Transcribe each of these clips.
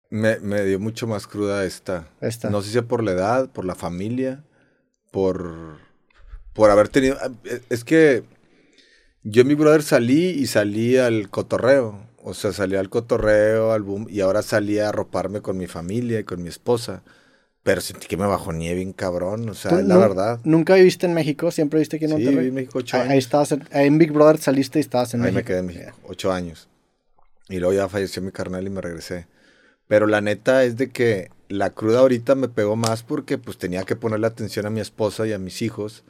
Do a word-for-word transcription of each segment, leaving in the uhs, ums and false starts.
Me, me dio mucho más cruda esta. Esta. No sé si sea por la edad, por la familia, por, por haber tenido... Es que yo en Big Brother salí y salí al cotorreo. O sea, salí al cotorreo, al boom, y ahora salí a arroparme con mi familia y con mi esposa. Pero sentí que me bajoneé bien cabrón, o sea, ¿Tú es la nu- verdad. ¿Nunca viviste en México? ¿Siempre viviste aquí en Sí, Monterrey? viví en México ocho Ahí, años. ahí estabas, en, ahí en Big Brother saliste y estabas en Ahí México. me quedé en México, ocho años. Y luego ya falleció mi carnal y me regresé. Pero la neta es de que la cruda ahorita me pegó más porque pues tenía que ponerle atención a mi esposa y a mis hijos.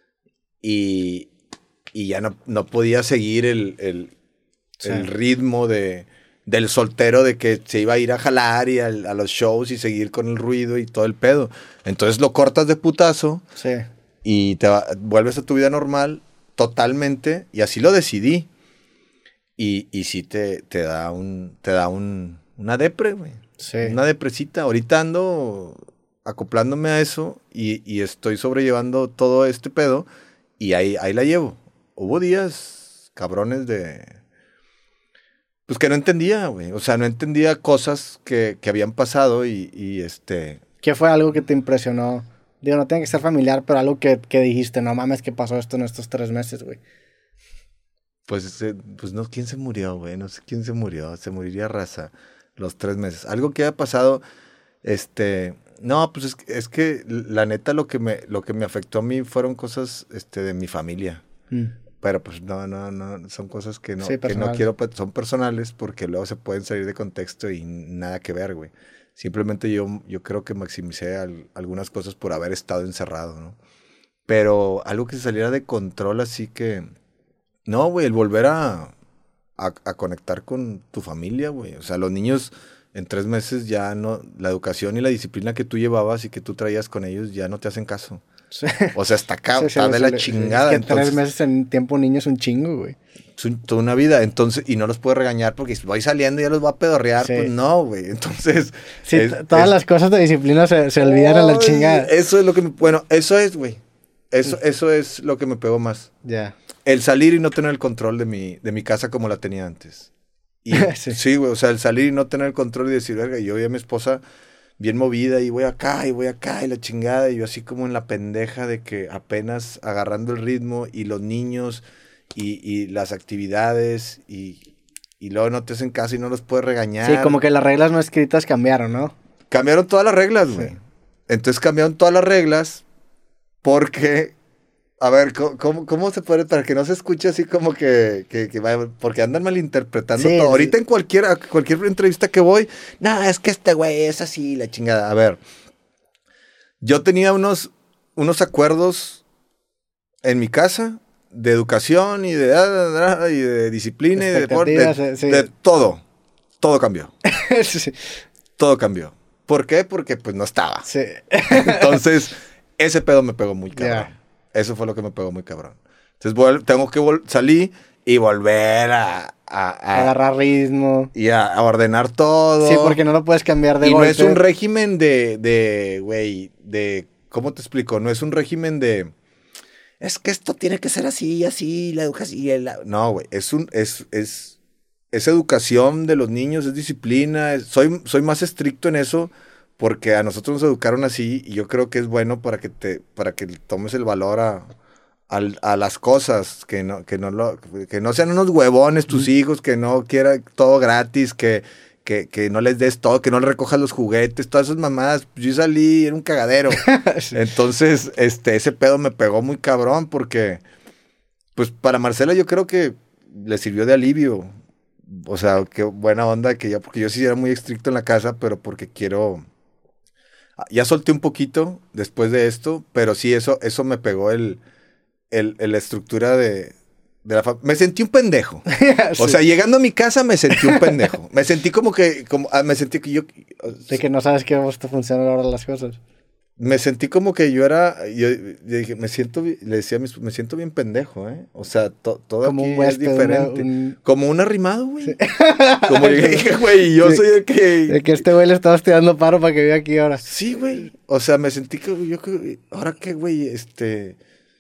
Y, y ya no, no podía seguir el, el, Sí. el ritmo de, del soltero de que se iba a ir a jalar y al- a, los shows y seguir con el ruido y todo el pedo. Entonces lo cortas de putazo Sí. y te va- vuelves a tu vida normal totalmente. Y así lo decidí. Y, y sí te, te da un, te da un, una depre, güey. Sí. Una depresita. Ahorita ando acoplándome a eso y, y estoy sobrellevando todo este pedo y ahí, ahí la llevo. Hubo días cabrones de... Pues que no entendía, güey. O sea, no entendía cosas que, que habían pasado y, y este... ¿Qué fue algo que te impresionó? Digo, no tiene que ser familiar, pero algo que, que dijiste, no mames, ¿qué pasó esto en estos tres meses, güey? Pues, eh, pues no, ¿quién se murió, güey? No sé quién se murió. Se moriría raza los tres meses. Algo que haya pasado, este... No, pues es, es que la neta lo que me, lo que me afectó a mí fueron cosas este, de mi familia. Mm. Pero pues no, no, no, son cosas que no, Sí, que no personales. quiero, pe- son personales porque luego se pueden salir de contexto y nada que ver, güey. Simplemente yo, yo creo que maximicé al- algunas cosas por haber estado encerrado, ¿no? Pero algo que se saliera de control así que... No, güey, el volver a, a, a conectar con tu familia, güey. O sea, los niños en tres meses ya no... La educación y la disciplina que tú llevabas y que tú traías con ellos ya no te hacen caso. Sí. O sea, está acá, Sí, sí, está de sí, la sí, chingada. Es que entonces, tres meses en tiempo niño es un chingo, güey. es un- toda una vida. Entonces, y no los puedo regañar porque si voy saliendo y ya los voy a pedorrear. Sí. Pues no, güey. Entonces. Sí, es- t- todas es- las cosas de disciplina se, se olvidan a la Ay, chingada. Eso es lo que me. Bueno, eso es, güey. Eso, eso es lo que me pegó más. Ya. El salir y no tener el control de mi, de mi casa como la tenía antes. Y, Sí. sí, güey. O sea, el salir y no tener el control y decir, verga, yo vi a mi esposa bien movida y voy acá y voy acá y la chingada. Y yo así como en la pendeja de que apenas agarrando el ritmo y los niños y, y las actividades y, y luego no te hacen caso y no los puedes regañar. Sí, como que las reglas no escritas cambiaron, ¿no? Cambiaron todas las reglas, güey. Sí. Entonces cambiaron todas las reglas porque... A ver, ¿cómo, cómo, cómo se puede? Para que no se escuche así como que... que, que vaya- porque andan malinterpretando Sí, todo. sí. Ahorita en cualquier, a cualquier entrevista que voy, no, es que este güey es así, la chingada. A ver, yo tenía unos, unos acuerdos en mi casa de educación y de, ah, ah, y de disciplina y de deporte, de, Expectativas, eh, sí. de todo. Todo cambió. sí. Todo cambió. ¿Por qué? Porque pues no estaba. Sí. Entonces, ese pedo me pegó muy cabrón. Ya. Eso fue lo que me pegó muy cabrón. Entonces, vuel- tengo que vol- salir y volver a, a- a- Agarrar ritmo. y a, a ordenar todo. Sí, porque no lo puedes cambiar de Y no golpe. es un régimen de, de, güey, de, ¿cómo te explico? No es un régimen de, es que esto tiene que ser así, así, la educación. y el- No, güey, es un, es, es, es educación de los niños, es disciplina. es- soy, soy más estricto en eso porque a nosotros nos educaron así y yo creo que es bueno para que te, para que tomes el valor a, al- a las cosas, que no, que no lo, que no sean unos huevones tus hijos, que no quieran todo gratis, que, que, que no les des todo, que no les recojas los juguetes, todas esas mamadas. Yo salí, era un cagadero. Sí. Entonces, este, ese pedo me pegó muy cabrón porque, pues, para Marcela yo creo que le sirvió de alivio. O sea, qué buena onda que yo, porque yo sí era muy estricto en la casa, pero porque quiero... Ya solté un poquito después de esto, pero sí, eso, eso me pegó el, el, el- la estructura de, de la familia. Me sentí un pendejo. O Sí. sea, llegando a mi casa me sentí un pendejo. Me sentí como que, como, ah, me sentí que yo... De que no sabes cómo te funcionan ahora las cosas. Me sentí como que yo era, yo, yo dije, me siento, bi- le decía a mis, me siento bien pendejo, ¿eh? O sea, to- todo Como aquí un es huésped, diferente. una- un- Como un arrimado, güey. Como yo dije, güey, yo Sí. soy el que... De que este güey le estaba estudiando paro para que viva aquí ahora. Sí, güey. O sea, me sentí que yo, que, ahora qué, güey, este...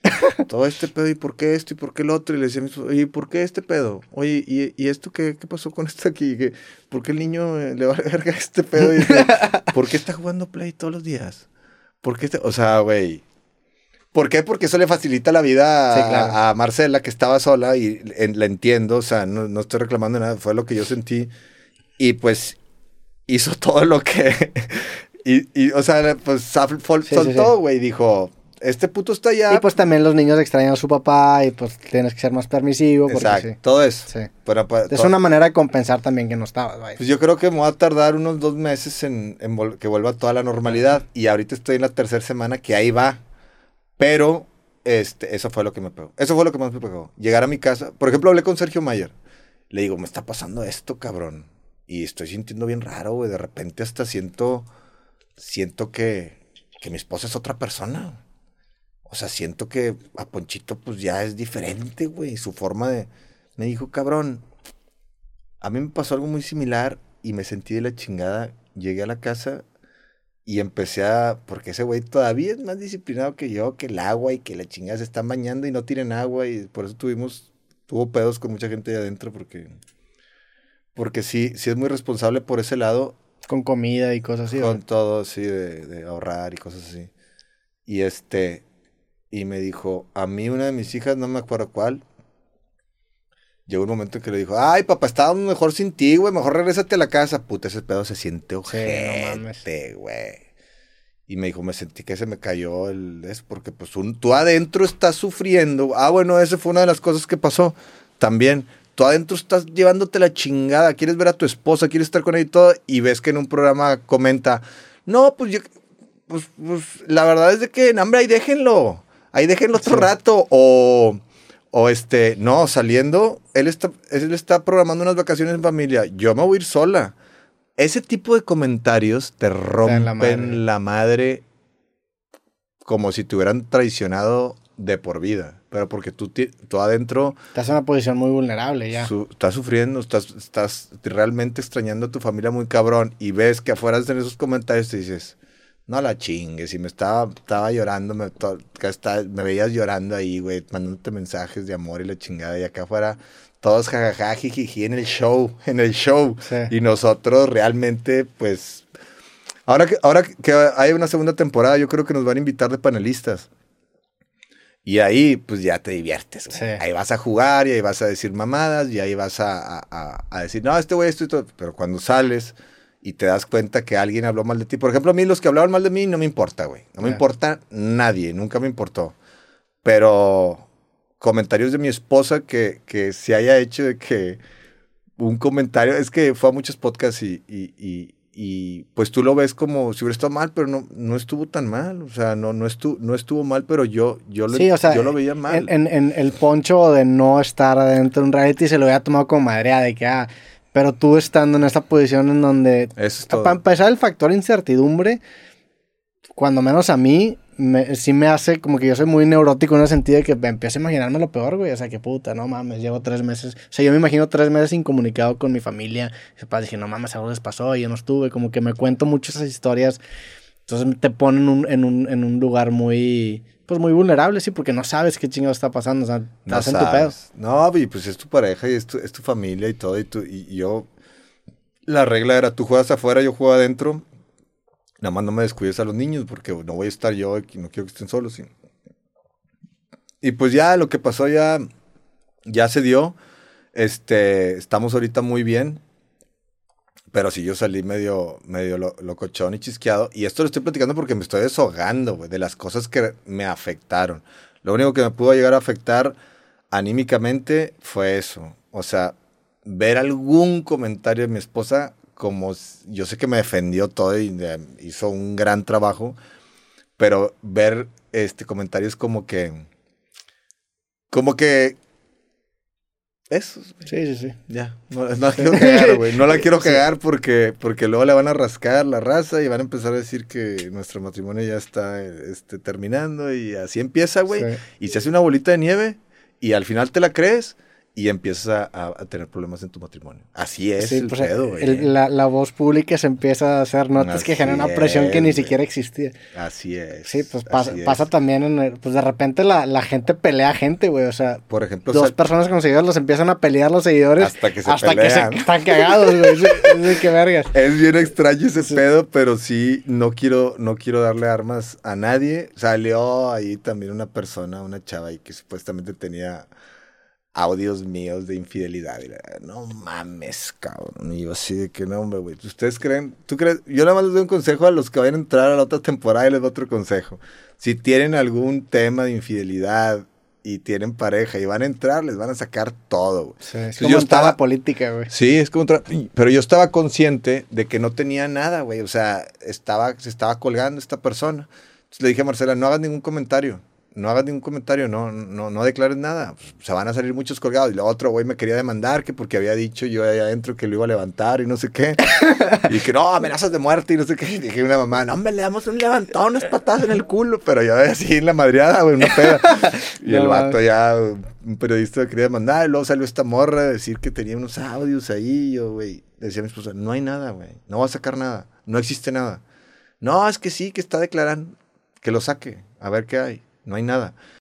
todo este pedo, ¿y por qué esto? ¿Y por qué el otro? Y le decía a mi esposa, ¿y por qué este pedo? Oye, ¿y, y esto qué, qué pasó con esto aquí? ¿Qué, ¿Por qué el niño eh, le va a verga este pedo? Y dice, ¿por qué está jugando Play todos los días? ¿Por qué? Este? O sea, güey. ¿Por qué? Porque eso le facilita la vida Sí, a, claro. a Marcela, que estaba sola, y en, la entiendo, o sea, no, no estoy reclamando nada, fue lo que yo sentí. Y pues hizo todo lo que... y, y, o sea, pues sol- Sí, sí, soltó, sí. güey, dijo, este puto está allá. Y pues también los niños extrañan a su papá y pues tienes que ser más permisivo porque Exacto, sí. todo eso. Sí. Pero, pues, Es to- una manera de compensar también que no estabas, vaya. pues yo creo que me voy a tardar unos dos meses en, en vol- que vuelva toda la normalidad. Y ahorita estoy en la tercera semana que ahí va. Pero, este, eso fue lo que me pegó. Eso fue lo que más me pegó. Llegar a mi casa. Por ejemplo, hablé con Sergio Mayer. Le digo, me está pasando esto, cabrón. Y estoy sintiendo bien raro, güey. De repente hasta siento, siento que, que mi esposa es otra persona. O sea, siento que a Ponchito pues ya es diferente, güey. Su forma de... Me dijo, cabrón, a mí me pasó algo muy similar y me sentí de la chingada. Llegué a la casa y empecé a... Porque ese güey todavía es más disciplinado que yo, que el agua y que la chingada se están bañando y no tienen agua. Y por eso tuvimos... Tuvo pedos con mucha gente ahí adentro porque... Porque sí, sí es muy responsable por ese lado. Con comida y cosas así. Con ¿no? todo así de, de ahorrar y cosas así. Y este... Y me dijo, a mí una de mis hijas, no me acuerdo cuál, llegó un momento en que le dijo, ay, papá, estábamos mejor sin ti, güey, mejor regrésate a la casa. Puta, ese pedo se siente Sí, no mames. ojete, güey. Y me dijo, me sentí que se me cayó el... Es porque pues un, tú adentro estás sufriendo. Ah, bueno, esa fue una de las cosas que pasó también. Tú adentro estás llevándote la chingada, quieres ver a tu esposa, quieres estar con ella y todo, y ves que en un programa comenta, no, pues yo, pues, pues la verdad es de que, no, hombre, ahí déjenlo, ahí déjenlo otro Sí. rato, o, o este, no, saliendo, él está, él está programando unas vacaciones en familia, yo me voy a ir sola. Ese tipo de comentarios te rompen la la madre. madre. la madre como si te hubieran traicionado de por vida, pero porque tú, ti- tú adentro Estás en una posición muy vulnerable ya. su- estás sufriendo, estás, estás realmente extrañando a tu familia muy cabrón y ves que afuera en esos comentarios te dices, no la chingues, y me estaba, estaba llorando, me, to- acá está- me veías llorando ahí, güey, mandándote mensajes de amor y la chingada, y acá afuera todos jajaja, jijiji en el show, en el show, Sí. y nosotros realmente, pues, ahora que, ahora que hay una segunda temporada, yo creo que nos van a invitar de panelistas. Y ahí, pues ya te diviertes, güey. Sí. Ahí vas a jugar y ahí vas a decir mamadas y ahí vas a, a- a- a decir, no, este güey, esto y todo. Pero cuando sales y te das cuenta que alguien habló mal de ti, por ejemplo, a mí los que hablaban mal de mí no me importa, güey. No me Sí. importa nadie, nunca me importó. Pero comentarios de mi esposa que, que se haya hecho de que un comentario, es que fue a muchos podcasts y, y, y, y, pues tú lo ves como si hubiera estado mal, pero no, no estuvo tan mal, o sea, no, no, estuvo, no estuvo mal, pero yo, yo, lo, Sí, o sea, yo lo veía mal. En, en, en el poncho de no estar adentro de un reality se lo había tomado como madrea de que, ah, pero tú estando en esta posición en donde, Eso es todo. para empezar, el factor incertidumbre, cuando menos a mí, me, sí me hace como que yo soy muy neurótico en el sentido de que me empiezo a imaginarme lo peor, güey. O sea, que puta, no mames, llevo tres meses. O sea, yo me imagino tres meses incomunicado con mi familia. Y después dije, no mames, algo les pasó y yo no estuve. Como que me cuento mucho esas historias. Entonces te ponen un, en, un, en un lugar muy, pues muy vulnerable, sí, porque no sabes qué chingado está pasando. O sea, No estás en tu pedo. sabes. No, y pues es tu pareja y es tu, es tu familia y todo. Y, tú, y, y yo, la regla era, tú juegas afuera, yo juego adentro. Nada más no me descuides a los niños porque no voy a estar yo y no quiero que estén solos. ¿Sí? Y pues ya lo que pasó ya, ya se dio. Este, estamos ahorita muy bien. Pero sí, yo salí medio, medio lo, locochón y chisqueado. Y esto lo estoy platicando porque me estoy deshogando, güey, de las cosas que me afectaron. Lo único que me pudo llegar a afectar anímicamente fue eso. O sea, ver algún comentario de mi esposa, como s- yo sé que me defendió todo y eh, hizo un gran trabajo, pero ver este comentarios como que, como que, eso, Sí, sí, sí. ya, no, no la quiero cagar, güey. No la quiero cagar porque, porque luego le van a rascar la raza y van a empezar a decir que nuestro matrimonio ya está este, terminando y así empieza, güey. Sí. Y se hace una bolita de nieve y al final te la crees y empiezas a, a, a tener problemas en tu matrimonio. Así es Sí, el pues, pedo, güey. el- la, la voz pública se empieza a hacer notas Así que generan una presión es, que ni güey. siquiera existía. Así es. Sí, pues pasa, así es. pasa también en el- pues de repente la, la gente pelea a gente, güey, o sea, Por ejemplo, dos sal- personas con seguidores los empiezan a pelear los seguidores hasta que se hasta pelean. que se están cagados, güey, sí, sí, qué vergas. Es bien extraño ese pedo, pero sí, no quiero, no quiero darle armas a nadie. Salió ahí también una persona, una chava ahí que supuestamente tenía audios míos de infidelidad. Y la, no mames, cabrón. Y yo así de que no, hombre, güey. ¿Ustedes creen? ¿Tú crees? Yo nada más les doy un consejo a los que vayan a entrar a la otra temporada y les doy otro consejo. Si tienen algún tema de infidelidad y tienen pareja y van a entrar, les van a sacar todo, güey. Sí, es Entonces, como yo en toda estaba- la política, güey. Sí, es como... tra- Pero yo estaba consciente de que no tenía nada, güey. O sea, estaba, se estaba colgando esta persona. Entonces le dije a Marcela, no hagas ningún comentario. No hagas ningún comentario, no, no, no declares nada. Pues, se van a salir muchos colgados. Y luego otro güey me quería demandar que porque había dicho yo ahí adentro que lo iba a levantar y no sé qué. Y que no, amenazas de muerte y no sé qué. Y dije a una mamá, no, hombre, le damos un levantón, unas patadas en el culo. Pero yo así en la madreada, güey, una peda. Y No, el vato mames. ya, un periodista lo quería demandar. Y luego salió esta morra a decir que tenía unos audios ahí. Yo, güey, decía a mi esposa, no hay nada, güey. No va a sacar nada. No existe nada. No, es que sí, que está declarando. Que lo saque. A ver qué hay. No hay nada.